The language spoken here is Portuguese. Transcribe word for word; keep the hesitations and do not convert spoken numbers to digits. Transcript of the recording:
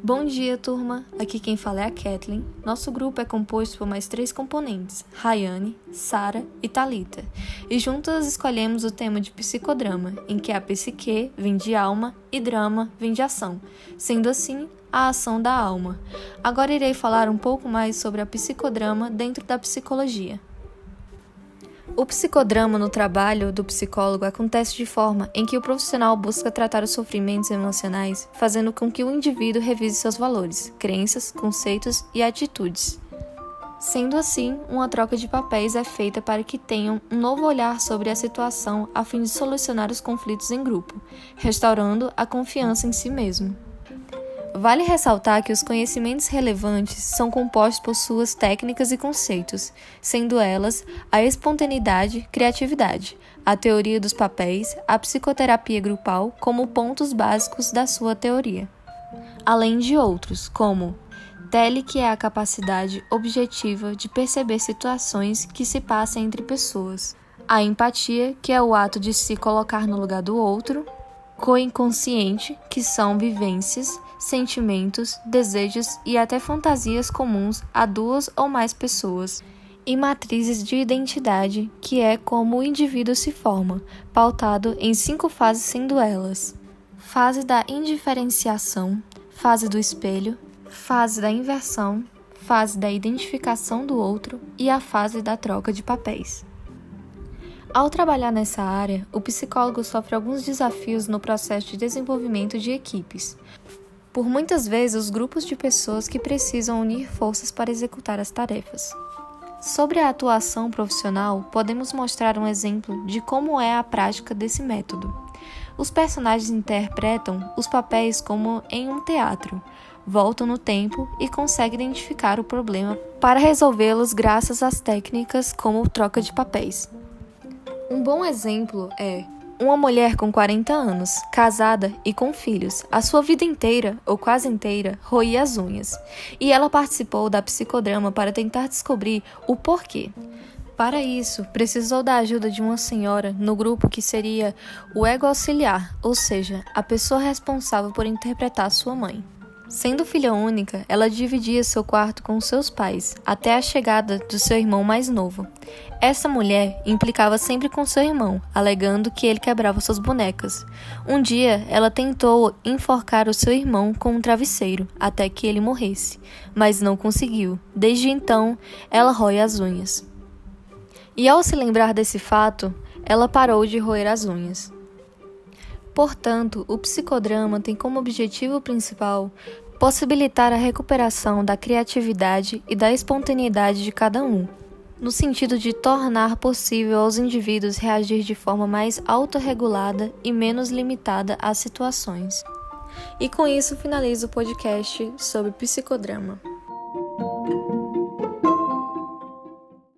Bom dia, turma! Aqui quem fala é a Kathleen. Nosso grupo é composto por mais três componentes, Rayane, Sara e Thalita. E juntas escolhemos o tema de psicodrama, em que a psique vem de alma e drama vem de ação, sendo assim, a ação da alma. Agora irei falar um pouco mais sobre a psicodrama dentro da psicologia. O psicodrama no trabalho do psicólogo acontece de forma em que o profissional busca tratar os sofrimentos emocionais, fazendo com que o indivíduo revise seus valores, crenças, conceitos e atitudes. Sendo assim, uma troca de papéis é feita para que tenham um novo olhar sobre a situação a fim de solucionar os conflitos em grupo, restaurando a confiança em si mesmo. Vale ressaltar que os conhecimentos relevantes são compostos por suas técnicas e conceitos, sendo elas a espontaneidade, criatividade, a teoria dos papéis, a psicoterapia grupal como pontos básicos da sua teoria. Além de outros, como tele, que é a capacidade objetiva de perceber situações que se passam entre pessoas, a empatia, que é o ato de se colocar no lugar do outro, coinconsciente, que são vivências, sentimentos, desejos e até fantasias comuns a duas ou mais pessoas, e matrizes de identidade, que é como o indivíduo se forma, pautado em cinco fases, sendo elas: fase da indiferenciação, fase do espelho, fase da inversão, fase da identificação do outro e a fase da troca de papéis. Ao trabalhar nessa área, o psicólogo sofre alguns desafios no processo de desenvolvimento de equipes. Por muitas vezes, os grupos de pessoas que precisam unir forças para executar as tarefas. Sobre a atuação profissional, podemos mostrar um exemplo de como é a prática desse método. Os personagens interpretam os papéis como em um teatro, voltam no tempo e conseguem identificar o problema para resolvê-los graças às técnicas como troca de papéis. Um bom exemplo é uma mulher com quarenta anos, casada e com filhos. A sua vida inteira, ou quase inteira, roía as unhas. E ela participou da psicodrama para tentar descobrir o porquê. Para isso, precisou da ajuda de uma senhora no grupo que seria o ego auxiliar, ou seja, a pessoa responsável por interpretar sua mãe. Sendo filha única, ela dividia seu quarto com seus pais, até a chegada do seu irmão mais novo. Essa mulher implicava sempre com seu irmão, alegando que ele quebrava suas bonecas. Um dia, ela tentou enforcar o seu irmão com um travesseiro, até que ele morresse, mas não conseguiu. Desde então, ela rói as unhas. E ao se lembrar desse fato, ela parou de roer as unhas. Portanto, o psicodrama tem como objetivo principal possibilitar a recuperação da criatividade e da espontaneidade de cada um, no sentido de tornar possível aos indivíduos reagir de forma mais autorregulada e menos limitada às situações. E com isso finalizo o podcast sobre psicodrama.